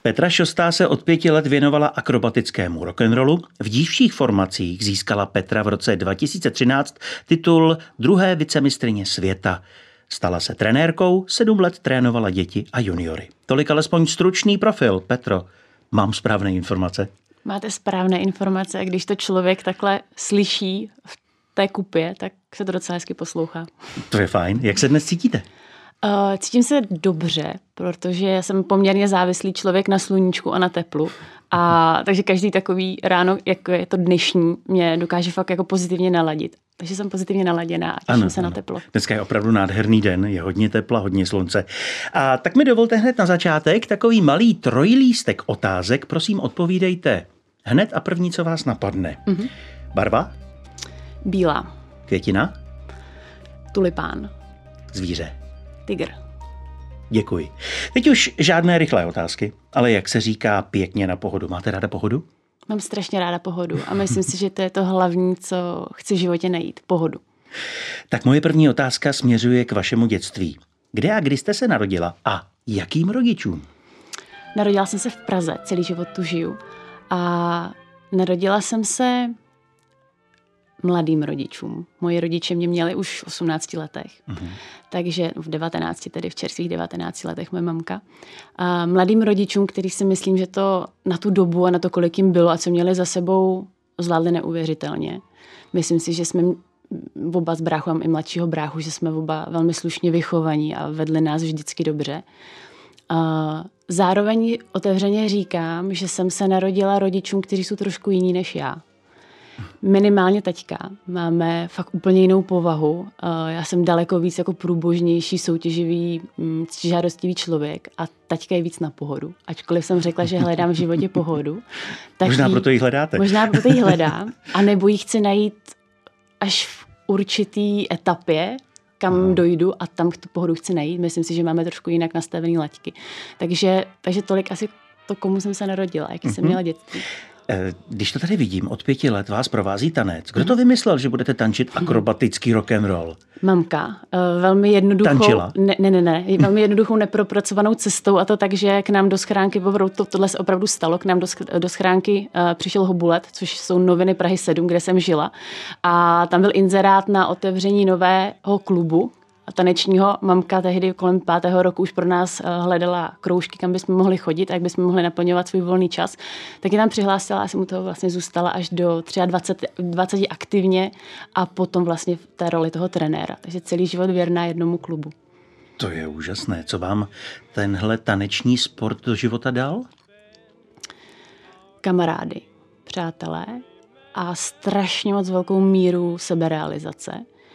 Petra Šostá se od 5 let věnovala akrobatickému rock'n'rollu. V dívčích formacích získala Petra v roce 2013 titul druhé vicemistryně světa. Stala se trenérkou, 7 let trénovala děti a juniory. Tolik alespoň stručný profil. Petro, mám správné informace? Máte správné informace, když to člověk takhle slyší v té kupě, tak se to docela hezky poslouchá. To je fajn. Jak se dnes cítíte? Cítím se dobře, protože jsem poměrně závislý člověk na sluníčku a na teplu. Takže každý takový ráno, jako je to dnešní, mě dokáže fakt jako pozitivně naladit. Takže jsem pozitivně naladěná a těším se na teplo. Dneska je opravdu nádherný den, je hodně tepla, hodně slunce. A tak mi dovolte hned na začátek takový malý trojlístek otázek. Prosím, odpovídejte hned a první, co vás napadne. Barva? Bílá. Květina? Tulipán. Zvíře? Tygr. Děkuji. Teď už žádné rychlé otázky, ale jak se říká, pěkně na pohodu. Máte ráda pohodu? Mám strašně ráda pohodu a myslím si, že to je to hlavní, co chci v životě najít. Pohodu. Tak moje první otázka směřuje k vašemu dětství. Kde a kdy jste se narodila a jakým rodičům? Narodila jsem se v Praze, celý život tu žiju. A narodila jsem se mladým rodičům. Moji rodiče mě měli už v 18 letech. Takže v 19, tedy v čerstvých 19 letech moje mamka. A mladým rodičům, který si myslím, že to na tu dobu a na to, kolik jim bylo a co měli za sebou, zvládli neuvěřitelně. Myslím si, že jsme oba s bráchou, mám i mladšího bráchu, že jsme oba velmi slušně vychovaní a vedli nás vždycky dobře. A zároveň otevřeně říkám, že jsem se narodila rodičům, kteří jsou trošku jiní než já. Minimálně taťka. Máme fakt úplně jinou povahu. Já jsem daleko víc jako průbožnější, soutěživý, ctižádostivý člověk a taťka je víc na pohodu. Ačkoliv jsem řekla, že hledám v životě pohodu. Tak možná proto ji hledáte. Možná proto ji hledám. A nebo ji chci najít až v určitý etapě, kam dojdu a tam tu pohodu chci najít. Myslím si, že máme trošku jinak nastavený laťky. Takže tolik asi to, komu jsem se narodila, jaký jsem měla dětství. Když to tady vidím, od 5 let vás provází tanec. Kdo to vymyslel, že budete tančit akrobatický rock'n'roll? Mamka. Velmi jednoduchou. Tančila? Ne. Velmi jednoduchou nepropracovanou cestou a to tak, že k nám do schránky, tohle se opravdu stalo, k nám do schránky přišel Hobulet, což jsou noviny Prahy 7, kde jsem žila. A tam byl inzerát na otevření nového klubu tanečního. Mamka tehdy kolem 5. roku už pro nás hledala kroužky, kam bychom mohli chodit a jak bychom mohli naplňovat svůj volný čas. Tak je tam přihlásila a jsem u toho vlastně zůstala až do 23 aktivně a potom vlastně v té roli toho trenéra. Takže celý život věrná jednomu klubu. To je úžasné. Co vám tenhle taneční sport do života dal? Kamarády, přátelé a strašně moc velkou míru seberealizace.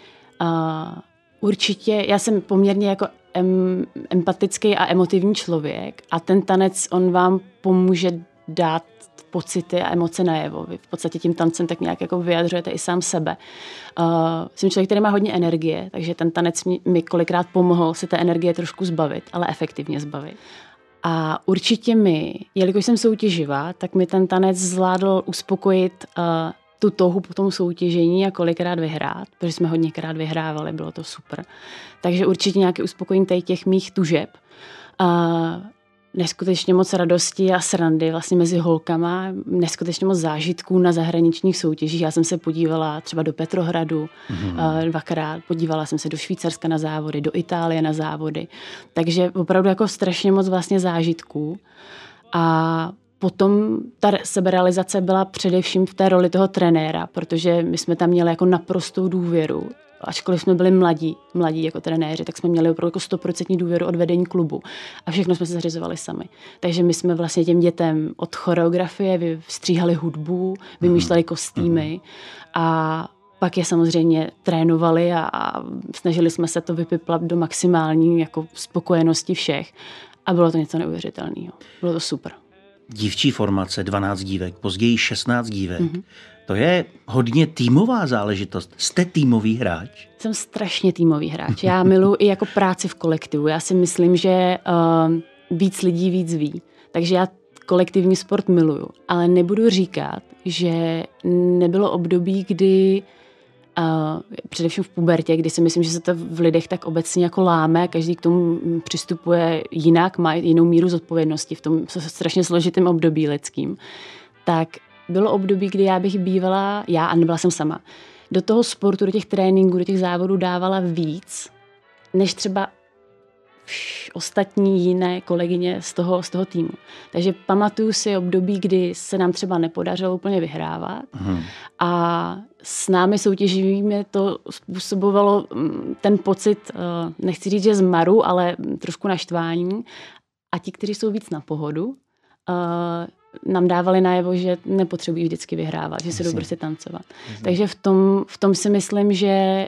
Určitě, já jsem poměrně jako empatický a emotivní člověk a ten tanec, on vám pomůže dát pocity a emoce najevo. Vy v podstatě tím tancem tak nějak jako vyjadřujete i sám sebe. Jsem člověk, který má hodně energie, takže ten tanec mi kolikrát pomohl se té energie trošku zbavit, ale efektivně zbavit. A určitě jelikož jsem soutěživá, tak mi ten tanec zvládl uspokojit tu touhu po tom soutěžení a kolikrát vyhrát, protože jsme hodněkrát vyhrávali, bylo to super. Takže určitě nějaké uspokojení těch mých tužeb. Neskutečně moc radosti a srandy vlastně mezi holkama, neskutečně moc zážitků na zahraničních soutěžích. Já jsem se podívala třeba do Petrohradu 2krát, podívala jsem se do Švýcarska na závody, do Itálie na závody. Takže opravdu jako strašně moc vlastně zážitků. A potom ta seberealizace byla především v té roli toho trenéra, protože my jsme tam měli jako naprostou důvěru. Ačkoliv jsme byli mladí jako trenéři, tak jsme měli opravdu jako 100% důvěru od vedení klubu. A všechno jsme se zařizovali sami. Takže my jsme vlastně těm dětem od choreografie stříhali hudbu, vymýšleli kostýmy a pak je samozřejmě trénovali a snažili jsme se to vypiplat do maximální jako spokojenosti všech. A bylo to něco neuvěřitelného. Bylo to super. Dívčí formace, 12 dívek, později 16 dívek. To je hodně týmová záležitost. Jste týmový hráč? Jsem strašně týmový hráč. Já miluji i jako práci v kolektivu. Já si myslím, že víc lidí víc ví. Takže já kolektivní sport miluju. Ale nebudu říkat, že nebylo období, kdy především v pubertě, kdy si myslím, že se to v lidech tak obecně jako láme, každý k tomu přistupuje jinak, má jinou míru zodpovědnosti v tom strašně složitém období lidským. Tak bylo období, kdy já bych bývala, a nebyla jsem sama, do toho sportu, do těch tréninků, do těch závodů dávala víc, než třeba ostatní jiné kolegyně z toho týmu. Takže pamatuju si období, kdy se nám třeba nepodařilo úplně vyhrávat a s námi soutěživými to způsobovalo ten pocit, nechci říct, že zmaru, ale trošku naštvání. A ti, kteří jsou víc na pohodu, nám dávali najevo, že nepotřebují vždycky vyhrávat, že se jdou prostě tancovat. Takže v tom si myslím, že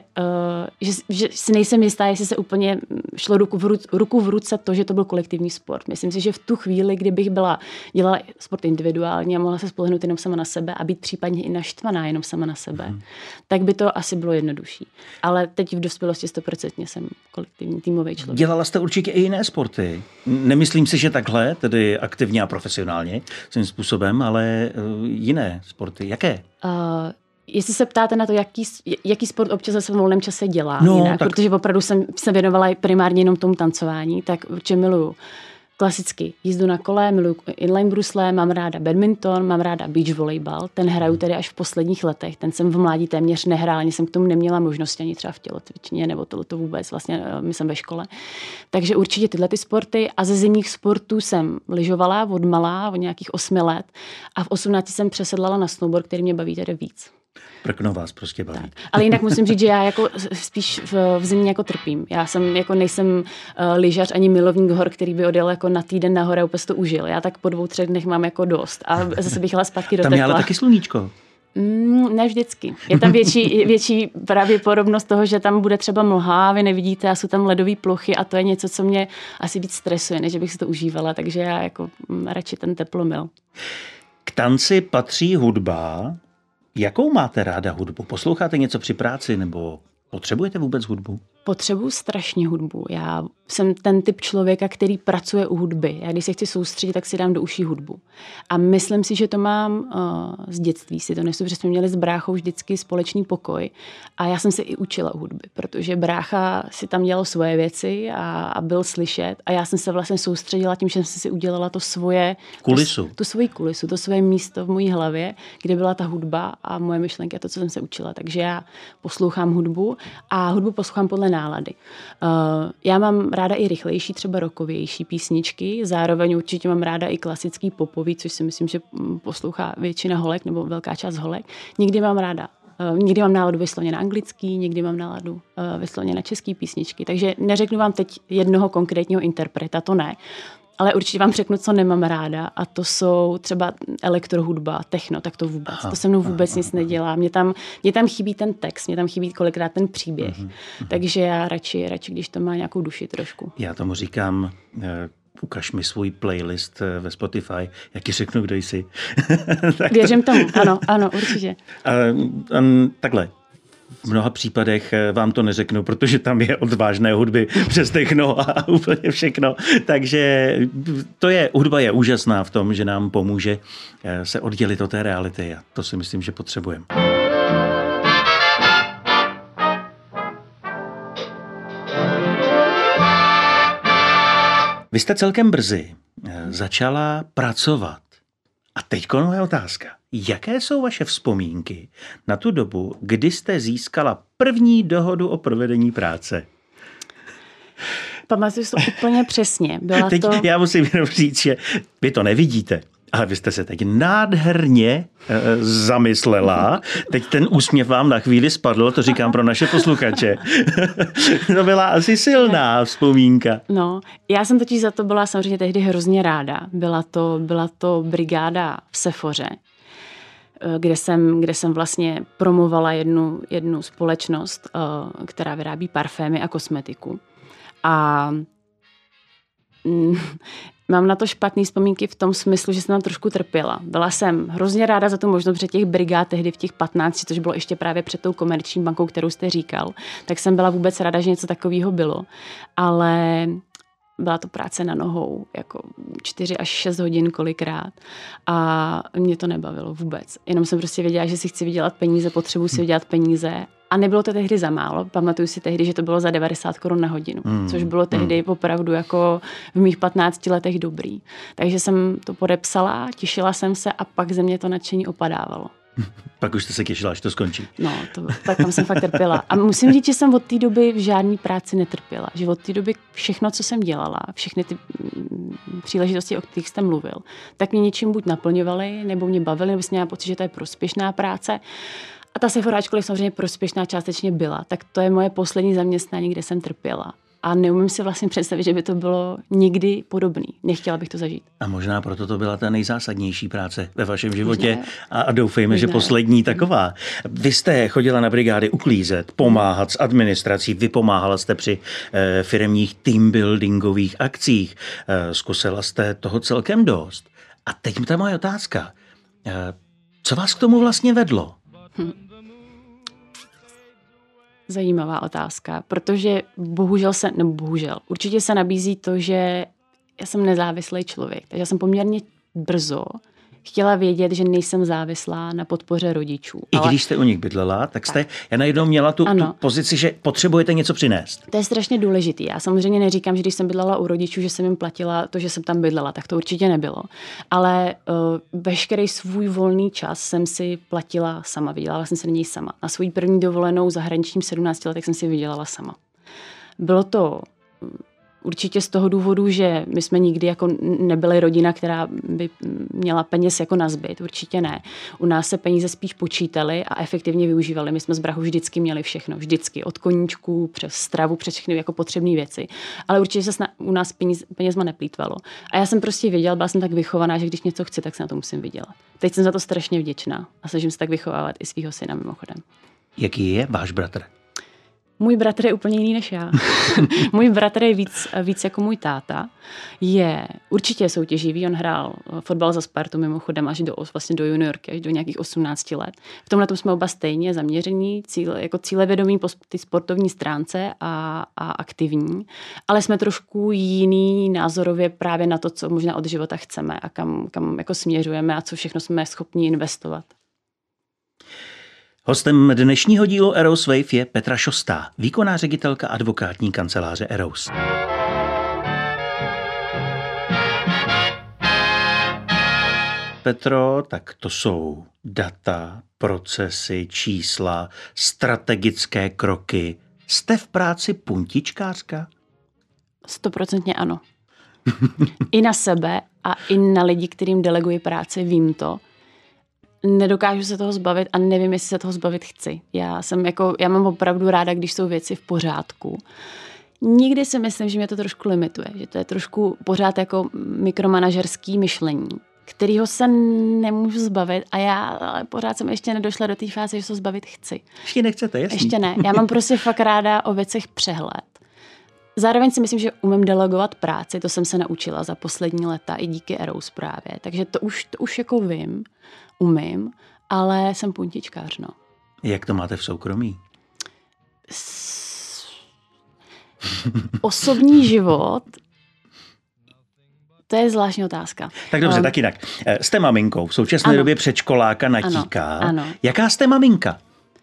si nejsem jistá, jestli se úplně šlo ruku v ruce to, že to byl kolektivní sport. Myslím si, že v tu chvíli, kdybych dělala sport individuálně a mohla se spolehnout jenom sama na sebe a být případně i naštvaná jenom sama na sebe, tak by to asi bylo jednodušší. Ale teď v dospělosti 100% jsem kolektivní týmový člověk. Dělala jste určitě i jiné sporty. Nemyslím si, že takhle, tedy aktivně a profesionálně, svým způsobem, ale jiné sporty. Jaké? Jestli se ptáte na to, jaký sport občas ve svém volném čase dělám jinak, protože opravdu jsem se věnovala primárně jenom tomu tancování, tak určitě miluju klasicky jízdu na kole, miluju inline brusle, mám ráda badminton, mám ráda beach volejbal, ten hraju tedy až v posledních letech, ten jsem v mládí téměř nehrál, ani jsem k tomu neměla možnosti ani třeba v tělocvičně, nebo to vůbec, vlastně my jsem ve škole. Takže určitě tyhle ty sporty a ze zimních sportů jsem lyžovala od malá, od nějakých 8 let a v 18 jsem přesedlala na snowboard, který mě baví tedy víc. Prkno vás prostě baví. Tak. Ale jinak musím říct, že já jako spíš v zimě jako trpím. Já jsem jako nejsem lyžař ani milovník hor, který by odjel jako na týden nahoře a úplně to užil. Já tak po 2-3 dnech mám jako dost a zase bych jela zpátky do tepla. Tam je ale taky sluníčko. Ne vždycky. Je tam větší pravděpodobnost toho, že tam bude třeba mlha, vy nevidíte a jsou tam ledové plochy a to je něco, co mě asi víc stresuje, než bych si to užívala, takže já jako radši ten teplomil. K tanci patří hudba. Jakou máte ráda hudbu? Posloucháte něco při práci nebo potřebujete vůbec hudbu? Potřebuji strašně hudbu. Já jsem ten typ člověka, který pracuje u hudby. Já když se chci soustředit, tak si dám do uší hudbu. A myslím si, že to mám z dětství. Si to nesu, protože jsme měli s bráchou vždycky společný pokoj. A já jsem se i učila u hudby, protože brácha si tam dělal svoje věci a byl slyšet. A já jsem se vlastně soustředila tím, že jsem si udělala to svoje kulisu. Tu svoji kulisu, to svoje místo v mojí hlavě, kde byla ta hudba a moje myšlenky a to, co jsem se učila. Takže já poslouchám hudbu a hudbu poslouchám podle nálady. Já mám ráda i rychlejší, třeba rockovější písničky, zároveň určitě mám ráda i klasický popový, což si myslím, že poslouchá většina holek nebo velká část holek. Někdy mám náladu vysloveně na anglický, někdy mám náladu vysloveně na český písničky, takže neřeknu vám teď jednoho konkrétního interpreta, to ne. Ale určitě vám řeknu, co nemám ráda a to jsou třeba elektrohudba, techno, tak to vůbec. To se mnou vůbec nic nedělá. Mě tam chybí ten text, mě tam chybí kolikrát ten příběh. Takže já radši, když to má nějakou duši trošku. Já tomu říkám, ukaž mi svůj playlist ve Spotify, jak ti řeknu, kdo jsi. Věřím tomu, ano, určitě. Takhle. V mnoha případech vám to neřeknu, protože tam je od vážné hudby přes techno a úplně všechno. Takže hudba je úžasná v tom, že nám pomůže se oddělit od té reality a to si myslím, že potřebujeme. Vy jste celkem brzy začala pracovat. A teďko moje otázka. Jaké jsou vaše vzpomínky na tu dobu, kdy jste získala první dohodu o provedení práce? Pamatuju to úplně přesně. Já musím jenom říct, že vy to nevidíte, ale vy jste se teď nádherně zamyslela. Teď ten úsměv vám na chvíli spadl, to říkám pro naše posluchače. To byla asi silná vzpomínka. No, já jsem totiž za to byla samozřejmě tehdy hrozně ráda. Byla to brigáda v Sephoře, kde jsem vlastně promovala jednu společnost, která vyrábí parfémy a kosmetiku. A mám na to špatný vzpomínky v tom smyslu, že jsem tam trošku trpěla. Byla jsem hrozně ráda za tu možnost, protože těch brigád tehdy v těch 15, což bylo ještě právě před tou komerční bankou, kterou jste říkal, tak jsem byla vůbec ráda, že něco takového bylo. Ale byla to práce na nohou, jako 4 až 6 hodin kolikrát a mě to nebavilo vůbec. Jenom jsem prostě věděla, že si chci vydělat peníze, potřebuji si vydělat peníze A nebylo to tehdy za málo. Pamatuju si tehdy, že to bylo za 90 korun na hodinu, což bylo tehdy opravdu jako v mých 15 letech dobrý. Takže jsem to podepsala, těšila jsem se a pak ze mě to nadšení opadávalo. Pak už jste se těšila, až to skončí. No, tak tam jsem fakt trpěla. A musím říct, že jsem od té doby v žádný práci netrpěla. Že od té doby všechno, co jsem dělala, všechny ty příležitosti, o kterých jste mluvil, tak mě něčím buď naplňovaly, nebo mě bavily, nebo jsem měla pocit, že to je prospěšná práce. A ta Sephora, ačkoliv samozřejmě prospěšná částečně byla, tak to je moje poslední zaměstnání, kde jsem trpěla. A neumím si vlastně představit, že by to bylo nikdy podobný. Nechtěla bych to zažít. A možná proto to byla ta nejzásadnější práce ve vašem životě a doufejme, že poslední taková. Vy jste chodila na brigády uklízet, pomáhat s administrací, vypomáhala jste při firemních teambuildingových akcích. Zkusila jste toho celkem dost. A teď ta moje otázka. Co vás k tomu vlastně vedlo? Zajímavá otázka, protože určitě se nabízí to, že já jsem nezávislý člověk, takže já jsem poměrně brzo chtěla vědět, že nejsem závislá na podpoře rodičů. I když jste u nich bydlela, tak jste najednou měla tu pozici, že potřebujete něco přinést. To je strašně důležitý. Já samozřejmě neříkám, že když jsem bydlela u rodičů, že jsem jim platila to, že jsem tam bydlela, tak to určitě nebylo. Ale veškerý svůj volný čas jsem si platila sama, vydělala jsem si na něj sama. Na svou první dovolenou zahraničním 17 letech jsem si vydělala sama. Bylo to určitě z toho důvodu, že my jsme nikdy jako nebyli rodina, která by měla peněz jako nazbyt. Určitě ne. U nás se peníze spíš počítaly a efektivně využívaly. My jsme s brachou vždycky měli všechno. Vždycky. Od koníčků přes stravu, přes všechny jako potřebné věci. Ale určitě se u nás penězma neplýtvalo. A já jsem prostě věděla, byla jsem tak vychovaná, že když něco chci, tak se na to musím vydělat. Teď jsem za to strašně vděčná a snažím se tak vychovávat i svého syna mimochodem. Jaký je váš bratr? Můj bratr je úplně jiný než já. Můj bratr je víc jako můj táta. Je určitě soutěživý, on hrál fotbal za Spartu mimochodem až do juniorky, až do nějakých 18 let. V tomhle jsme oba stejně zaměření, jako cílevědomí po té sportovní stránce a aktivní, ale jsme trošku jiný názorově právě na to, co možná od života chceme a kam jako směřujeme a co všechno jsme schopni investovat. Hostem dnešního dílu Eros Wave je Petra Šostá, výkonná ředitelka advokátní kanceláře Eros. Petro, tak to jsou data, procesy, čísla, strategické kroky. Jste v práci puntičkářka? 100% ano. I na sebe a i na lidi, kterým deleguji práci, vím to. Nedokážu se toho zbavit a nevím, jestli se toho zbavit chci. Já mám opravdu ráda, když jsou věci v pořádku. Nikdy si myslím, že mě to trošku limituje, že to je trošku pořád jako mikromanažerský myšlení, kterýho se nemůžu zbavit a já pořád jsem ještě nedošla do té fáze, že se zbavit chci. Ještě nechcete, jasný. Ještě ne. Já mám prostě fakt ráda o věcech přehled. Zároveň si myslím, že umím delegovat práci, to jsem se naučila za poslední léta i díky Eros právě. Takže to už jako umím, ale jsem puntičkář, no. Jak to máte v soukromí? Osobní život, to je zvláštní otázka. Tak dobře, tak jinak. Jste maminkou, v současné době předškoláka natíká. Ano. Jaká jste maminka?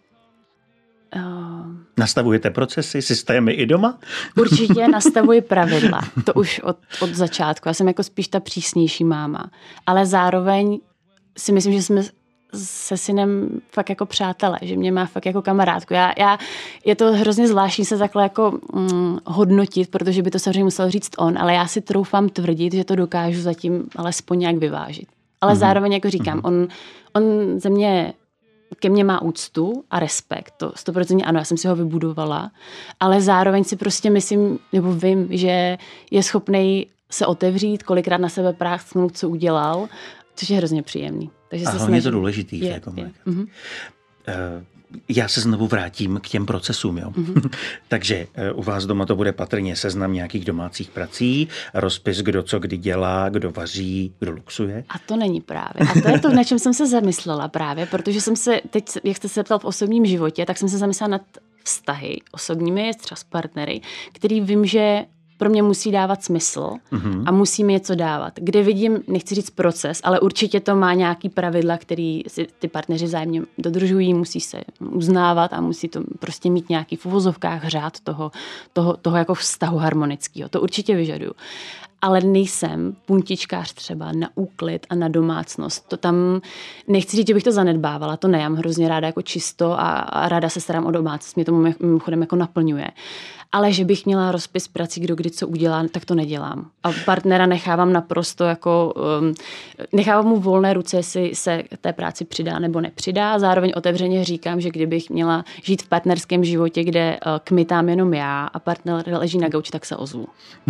Nastavujete procesy, systémy i doma? Určitě nastavuji pravidla. To už od začátku. Já jsem jako spíš ta přísnější máma. Ale zároveň si myslím, že jsme se synem fakt jako přátelé, že mě má fakt jako kamarádku. Je to hrozně zvláštní se takhle jako hodnotit, protože by to samozřejmě musel říct on, ale já si troufám tvrdit, že to dokážu zatím alespoň nějak vyvážit. Ale zároveň, jako říkám, on ke mně má úctu a respekt, to 100% ano, já jsem si ho vybudovala, ale zároveň si prostě myslím, nebo vím, že je schopnej se otevřít, kolikrát na sebe prásknout, co udělal, což je hrozně příjemný. Takže a hlavně je to důležitý v té komunikaci. Já se znovu vrátím k těm procesům. Jo? Takže u vás doma to bude patrně seznam nějakých domácích prací, rozpis, kdo co kdy dělá, kdo vaří, kdo luxuje. A to není právě. A to je to, na čem jsem se zamyslela právě, protože jsem se teď, jak jste se ptal v osobním životě, tak jsem se zamyslela nad vztahy osobními, třeba s partnery, který vím, že pro mě musí dávat smysl a musí mi něco dávat. Kde vidím, nechci říct proces, ale určitě to má nějaký pravidla, který si ty partneři vzájemně dodržují, musí se uznávat a musí to prostě mít nějaký v uvozovkách řád toho jako vztahu harmonického. To určitě vyžaduju. Ale nejsem puntičkář třeba na úklid a na domácnost. To tam, nechci říct, že bych to zanedbávala, to ne, já mám hrozně ráda jako čisto a ráda se starám o domácnost, mě to mimochodem jako naplňuje. Ale že bych měla rozpis prací, kdo kdy co udělá, tak to nedělám. A partnera nechávám naprosto jako, nechávám mu volné ruce, jestli se té práci přidá nebo nepřidá. Zároveň otevřeně říkám, že kdybych měla žít v partnerském životě, kde kmitám jenom já a partner leží na gauči, tak se ozvu.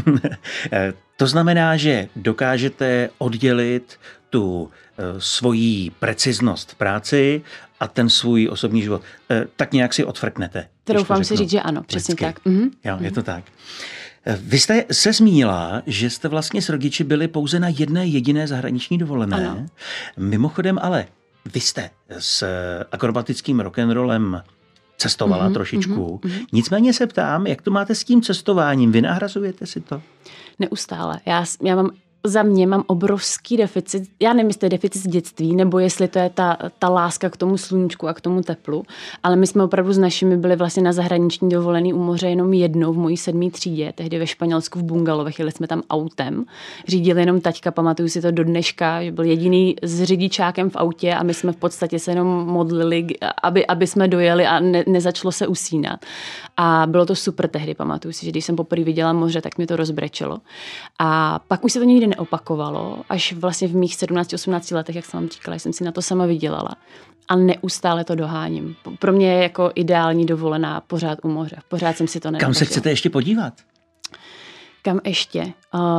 To znamená, že dokážete oddělit tu svoji preciznost v práci a ten svůj osobní život. Tak nějak si odfrknete. Troufám si říct, že ano, přesně tak. Jo, je to tak. Vy jste se zmínila, že jste vlastně s rodiči byli pouze na jedné jediné zahraniční dovolené. Ano. Mimochodem ale vy jste s akrobatickým rock'n'rollem cestovala trošičku. Nicméně se ptám, jak to máte s tím cestováním? Vy nahrazujete si to? Neustále. Já mám za mě mám obrovský deficit. Já nevím, jestli to je deficit z dětství, nebo jestli to je ta láska k tomu sluníčku a k tomu teplu. Ale my jsme opravdu s našimi byli vlastně na zahraniční dovolený u moře jenom jednou v mojí 7. třídě, tehdy ve Španělsku v bungalovech, jeli jsme tam autem. Řídil jenom taťka, pamatuju si to do dneška, že byl jediný s řidičákem v autě a my jsme v podstatě se jenom modlili, aby jsme dojeli a nezačalo se usínat. A bylo to super tehdy, pamatuju si, že když jsem poprvé viděla moře, tak mě to rozbrečelo. A pak už se to nikdy neopakovalo, až vlastně v mých 17-18 letech, jak jsem vám říkala, jsem si na to sama vydělala. A neustále to doháním. Pro mě je jako ideální dovolená pořád u moře. Pořád jsem si to nedopočila. Kam se chcete ještě podívat? Kam ještě?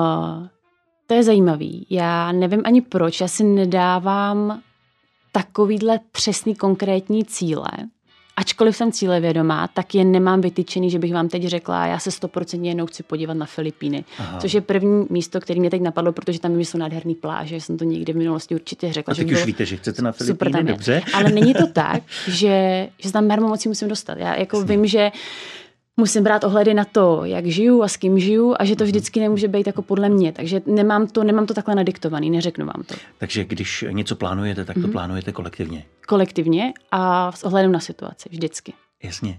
To je zajímavý. Já nevím ani proč. Já si nedávám takovýhle přesný konkrétní cíle. Ačkoliv jsem cílevědomá, tak je nemám vytyčený, že bych vám teď řekla, já se 100% jednou chci podívat na Filipíny. Aha. Což je první místo, který mě teď napadlo, protože tam jsou nádherný pláže, jsem to někdy v minulosti určitě řekla. A teď už víte, že chcete na Filipíny, dobře. Ale není to tak, že se tam mermomocí musím dostat. Já jako vím, že musím brát ohledy na to, jak žiju a s kým žiju a že to vždycky nemůže být jako podle mě. Takže nemám to takhle nadiktovaný, neřeknu vám to. Takže když něco plánujete, tak to plánujete kolektivně. Kolektivně a s ohledem na situaci, vždycky. Jasně.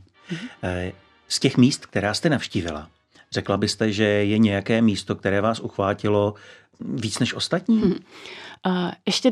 Z těch míst, která jste navštívila, řekla byste, že je nějaké místo, které vás uchvátilo víc než ostatní? Ještě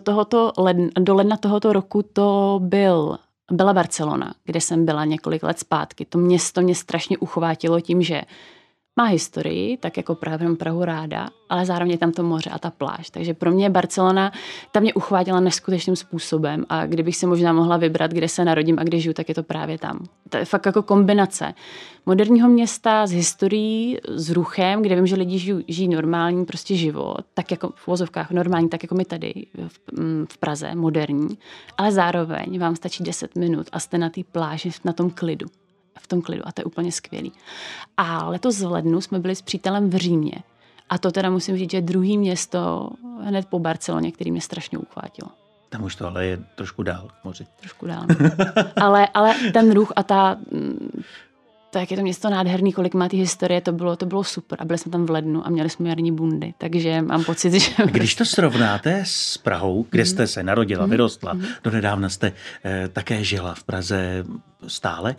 do ledna tohoto roku to byla Barcelona, kde jsem byla několik let zpátky. To město mě strašně uchvátilo tím, že má historii, tak jako právě Prahu ráda, ale zároveň je tam to moře a ta pláž. Takže pro mě Barcelona, ta mě uchvátila neskutečným způsobem a kdybych si možná mohla vybrat, kde se narodím a kde žiju, tak je to právě tam. To je fakt jako kombinace moderního města s historií, s ruchem, kde vím, že lidi žijí normální prostě život, tak jako v uvozovkách normální, tak jako my tady v Praze, moderní, ale zároveň vám stačí 10 minut a jste na té pláži v tom klidu a to je úplně skvělý. A letos v lednu jsme byli s přítelem v Římě. A to teda musím říct, že je druhý město hned po Barceloně, který mě strašně uchvátilo. Tam už to ale je trošku dál k moři. Trošku dál. ale ten ruch a tak je to město nádherný, kolik má ty historie, to bylo super. A byli jsme tam v lednu a měli jsme jarní bundy, takže mám pocit, že... Když to srovnáte s Prahou, kde jste se narodila, vyrostla, donedávna jste také žila v Praze stále,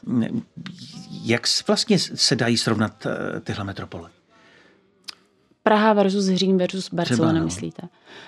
jak vlastně se dají srovnat tyhle metropole? Praha versus Řím versus Barcelona, třeba, myslíte?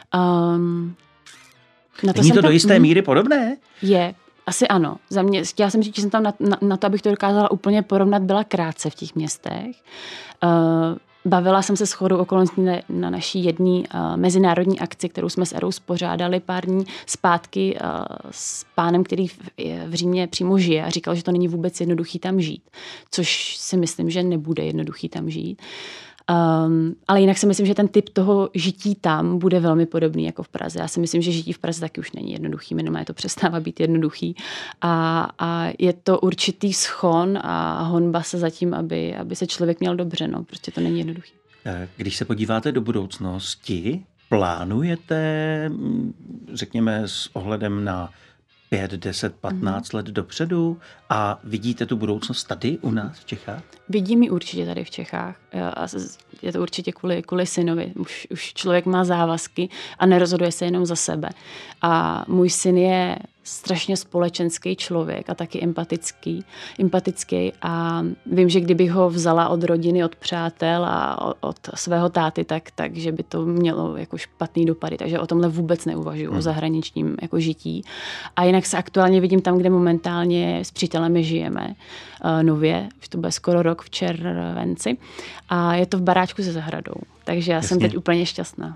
Není to do jisté míry podobné? Je. Asi ano. Za mě, chtěla jsem říct, že jsem tam na to, abych to dokázala úplně porovnat, byla krátce v těch městech. Bavila jsem se shodou okolností na naší jedné mezinárodní akci, kterou jsme s Erou spořádali pár dní zpátky s pánem, který v Římě přímo žije a říkal, že to není vůbec jednoduchý tam žít. Což si myslím, že nebude jednoduchý tam žít. Ale jinak si myslím, že ten typ toho žití tam bude velmi podobný jako v Praze. Já si myslím, že žití v Praze taky už není jednoduchý, minimálně to přestává být jednoduchý. A je to určitý schon a honba se zatím, aby se člověk měl dobře. No, prostě to není jednoduchý. Když se podíváte do budoucnosti, plánujete, řekněme, s ohledem na 5, 10, 15 let dopředu a vidíte tu budoucnost tady u nás v Čechách? Vidím ji určitě tady v Čechách. A je to určitě kvůli synovi. Už člověk má závazky a nerozhoduje se jenom za sebe. A můj syn je strašně společenský člověk a taky empatický a vím, že kdybych ho vzala od rodiny, od přátel a od svého táty, takže by to mělo jako špatný dopady. Takže o tomhle vůbec neuvažuji, o zahraničním jako žití. A jinak se aktuálně vidím tam, kde momentálně s přítelem žijeme nově, už to bude skoro rok v červenci a je to v baráčku se zahradou. Takže já jsem teď úplně šťastná.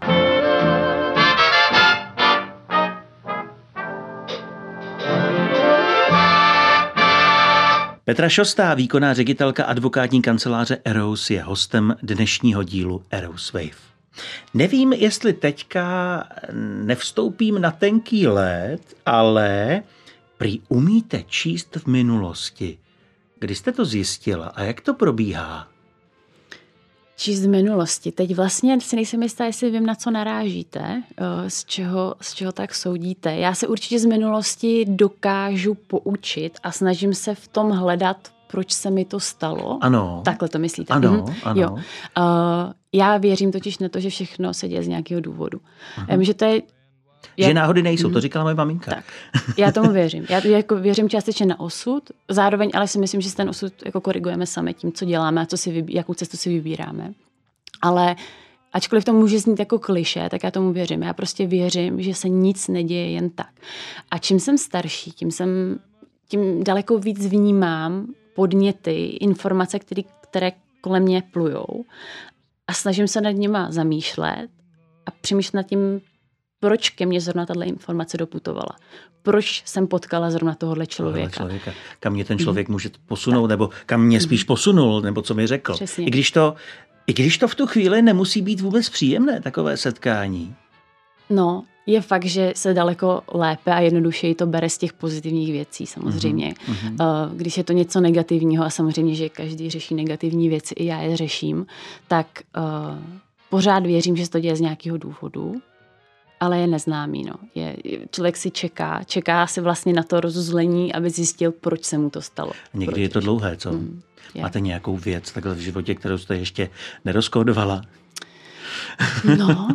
Petra Šostá, výkonná ředitelka advokátní kanceláře Eros, je hostem dnešního dílu Eros Wave. Nevím, jestli teďka nevstoupím na tenký led, ale prý umíte číst v minulosti. Kdy jste to zjistila a jak to probíhá? Číst v minulosti. Teď vlastně si nejsem jistá, jestli vím, na co narážíte, z čeho tak soudíte. Já se určitě z minulosti dokážu poučit a snažím se v tom hledat, proč se mi to stalo. Ano. Takhle to myslíte? Ano, ano. Jo. Já věřím totiž na to, že všechno se děje z nějakého důvodu. Že to je že náhody nejsou, to říkala moje maminka. Tak, já tomu věřím. Já jako věřím částečně na osud, zároveň ale si myslím, že si ten osud jako korigujeme sami tím, co děláme a jakou cestu si vybíráme. Ale ačkoliv to může znít jako klišé, tak já tomu věřím. Já prostě věřím, že se nic neděje jen tak. A čím jsem starší, tím daleko víc vnímám podněty, informace, které kolem mě plujou a snažím se nad nima zamýšlet a přemýšlet nad tím, proč ke mně zrovna tato informace doputovala. Proč jsem potkala zrovna tohohle člověka. Kam mě ten člověk může posunout, nebo kam mě spíš posunul, nebo co mi řekl. Přesně. I když to v tu chvíli nemusí být vůbec příjemné, takové setkání. No, je fakt, že se daleko lépe a jednodušeji to bere z těch pozitivních věcí samozřejmě. Když je to něco negativního a samozřejmě, že každý řeší negativní věci, i já je řeším, tak pořád věřím, že se to děje z nějakého důvodu, ale je neznámý. No. Člověk si čeká si vlastně na to rozuzlení, aby zjistil, proč se mu to stalo. Někdy je to dlouhé, co? Máte nějakou věc takhle v životě, kterou jste ještě nerozkódovala? No,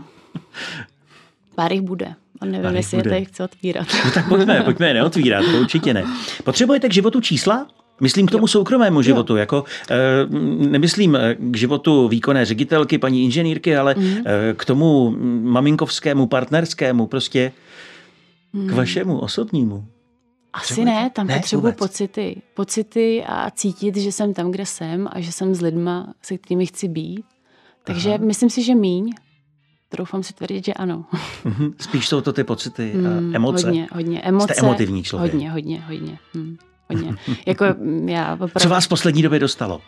pár jich bude. A nevím, jestli je tady chci otvírat. No tak pojďme je neotvírat, to určitě ne. Potřebujete k životu čísla? Myslím k tomu soukromému životu, nemyslím k životu výkonné ředitelky, paní inženýrky, ale k tomu maminkovskému, partnerskému, prostě k vašemu osobnímu. Asi ne, tam potřebuji pocity a cítit, že jsem tam, kde jsem a že jsem s lidma, se kterými chci být. Takže myslím si, že míň. Troufám si tvrdit, že ano. Spíš jsou to ty pocity a emoce. Hodně. Emoce. Jste emotivní člověk. Hodně. Jako já opravdu... Co vás v poslední době dostalo?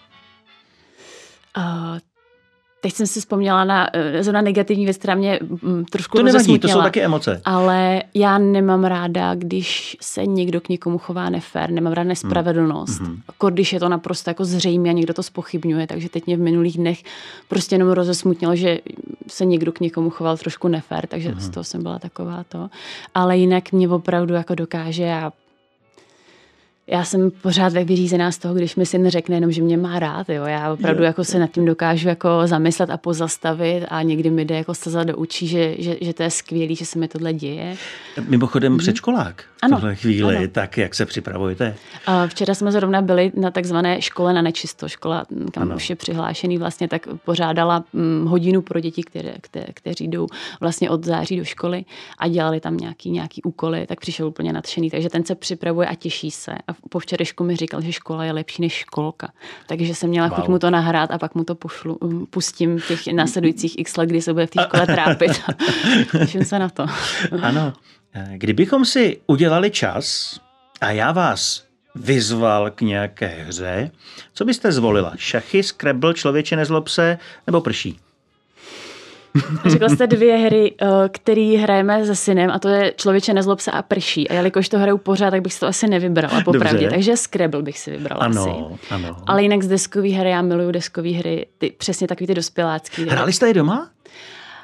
Teď jsem si vzpomněla na negativní věc, která mě trošku rozesmutnila. To nevadí, to jsou taky emoce. Ale já nemám ráda, když se někdo k někomu chová nefér, nemám ráda nespravedlnost. Když je to naprosto jako zřejmé a někdo to zpochybňuje, takže teď mě v minulých dnech prostě jenom rozesmutnilo, že se někdo k někomu choval trošku nefér, takže z toho jsem byla taková to. Ale jinak mě opravdu jako dokáže já jsem pořád vyřízená z toho, když mi syn řekne jenom, že mě má rád. Jo. Já opravdu jako se nad tím dokážu jako zamyslet a pozastavit a někdy mi jde jako slza do očí, že to je skvělý, že se mi tohle děje. Mimochodem předškolák v tuhle chvíli, tak jak se připravujete? Včera jsme zrovna byli na takzvané škole na nečisto. Škola, kam už je přihlášený, vlastně tak pořádala hodinu pro děti, kteří jdou vlastně od září do školy a dělali tam nějaký úkoly, tak přišel úplně nadšený. Takže ten se připravuje a těší se. A po včerejšku mi říkal, že škola je lepší než školka. Takže jsem měla chuť mu to nahrát a pak mu to pustím těch následujících x let, kdy se bude v té škole trápit. Těším se na to. Ano. Kdybychom si udělali čas a já vás vyzval k nějaké hře, co byste zvolila? Šachy, Scrabble, Člověče nezlob se nebo prší? Řekl jste 2 hry, které hrajeme se synem, a to je Člověče nezlob se a prší. A jelikož to hraju pořád, tak bych si to asi nevybrala, popravdě. Takže Scrabble bych si vybrala asi. Ano. Ale jinak z deskové hry, já miluju deskové hry, přesně takový ty dospělácký. Hráli jste je doma?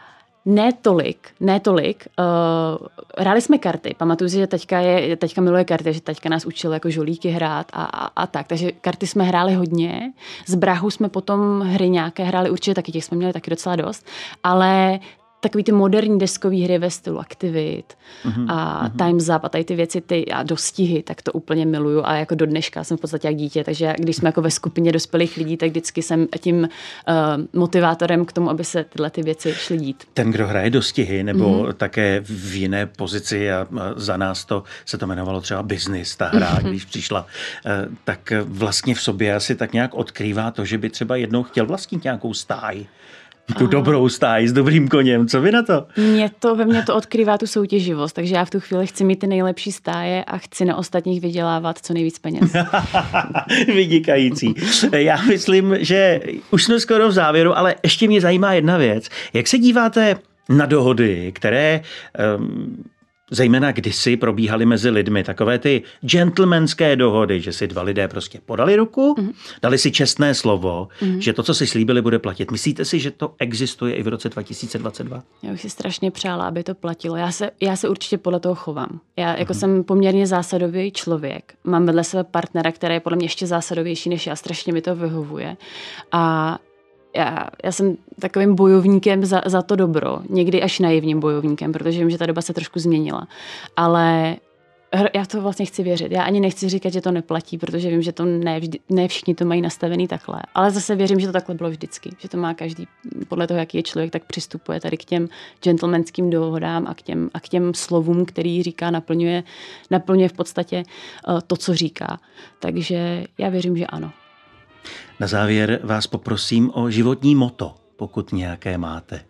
Ne tolik. Hráli jsme karty. Pamatuju si, že teďka miluje karty, že teďka nás učil jako žolíky hrát a tak. Takže karty jsme hráli hodně. Z bráchou jsme potom hry nějaké hráli, určitě taky, těch jsme měli taky docela dost. Ale takový ty moderní deskové hry ve stylu Activit a Time's Up a tady ty věci a dostihy, tak to úplně miluju a jako do dneška jsem v podstatě jak dítě, takže když jsme jako ve skupině dospělých lidí, tak vždycky jsem tím motivátorem k tomu, aby se tyhle ty věci šly dít. Ten, kdo hraje dostihy nebo také v jiné pozici a za nás se to jmenovalo třeba business, ta hra, když přišla, tak vlastně v sobě asi tak nějak odkrývá to, že by třeba jednou chtěl vlastnit nějakou stáj. Tu dobrou stáj s dobrým koněm. Co vy na to? Ve mně to odkrývá tu soutěživost, takže já v tu chvíli chci mít ty nejlepší stáje a chci na ostatních vydělávat co nejvíc peněz. Vynikající. Já myslím, že už jsme skoro v závěru, ale ještě mě zajímá jedna věc. Jak se díváte na dohody, které zejména kdysi probíhaly mezi lidmi, takové ty gentlemanské dohody, že si dva lidé prostě podali ruku, dali si čestné slovo, že to, co si slíbili, bude platit. Myslíte si, že to existuje i v roce 2022? Já bych si strašně přála, aby to platilo. Já se určitě podle toho chovám. Já jako jsem poměrně zásadový člověk. Mám vedle sebe partnera, který je podle mě ještě zásadovější než já. Strašně mi to vyhovuje. A já jsem takovým bojovníkem za to dobro. Někdy až naivním bojovníkem, protože vím, že ta doba se trošku změnila. Ale já to vlastně chci věřit. Já ani nechci říkat, že to neplatí, protože vím, že to ne všichni to mají nastavený takhle. Ale zase věřím, že to takhle bylo vždycky. Že to má každý podle toho, jaký je člověk, tak přistupuje tady k těm gentlemanským dohodám a k těm slovům, který říká, naplňuje v podstatě to, co říká. Takže já věřím, že ano. Na závěr vás poprosím o životní motto, pokud nějaké máte.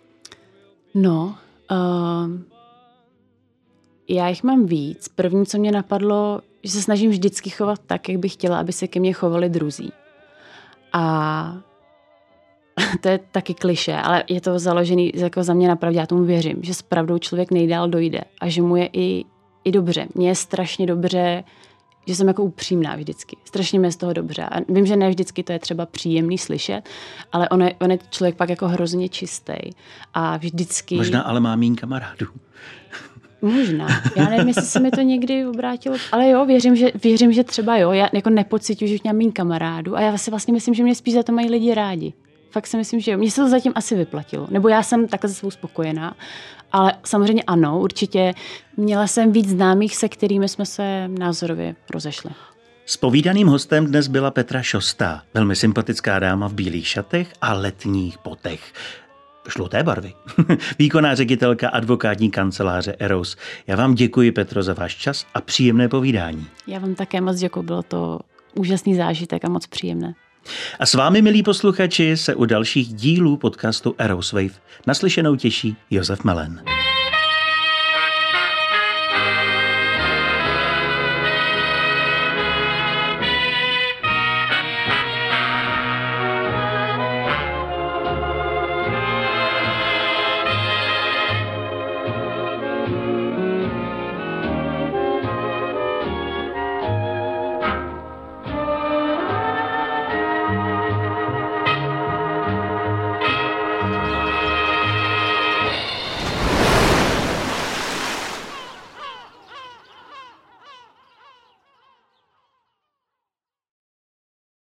Já jich mám víc. První, co mě napadlo, že se snažím vždycky chovat tak, jak bych chtěla, aby se ke mně chovali druzí. A to je taky klišé, ale je to založený jako za mě napravdě. Já tomu věřím, že s pravdou člověk nejdál dojde a že mu je i dobře. Mně je strašně dobře, že jsem jako upřímná vždycky. Strašně mě z toho dobře. A vím, že ne vždycky to je třeba příjemný slyšet, ale on je člověk pak jako hrozně čistý. A vždycky... Možná ale má míň kamarádů. Možná. Já nevím, jestli se mi to někdy obrátilo, ale jo, věřím, že třeba jo. Já jako nepocituju, že už mám méně kamarádů a já si vlastně myslím, že mě spíš za to mají lidi rádi. Fakt si myslím, že jo. Mně se to zatím asi vyplatilo. Nebo já jsem takhle se svou spokojená. Ale samozřejmě ano, určitě měla jsem víc známých, se kterými jsme se názorově rozešli. Zpovídaným hostem dnes byla Petra Šostá, velmi sympatická dáma v bílých šatech a letních botech. Žluté barvy. Výkonná ředitelka advokátní kanceláře Eros. Já vám děkuji, Petro, za váš čas a příjemné povídání. Já vám také moc děkuji, bylo to úžasný zážitek a moc příjemné. A s vámi, milí posluchači, se u dalších dílů podcastu Eros Wave naslyšenou těší Josef Melen.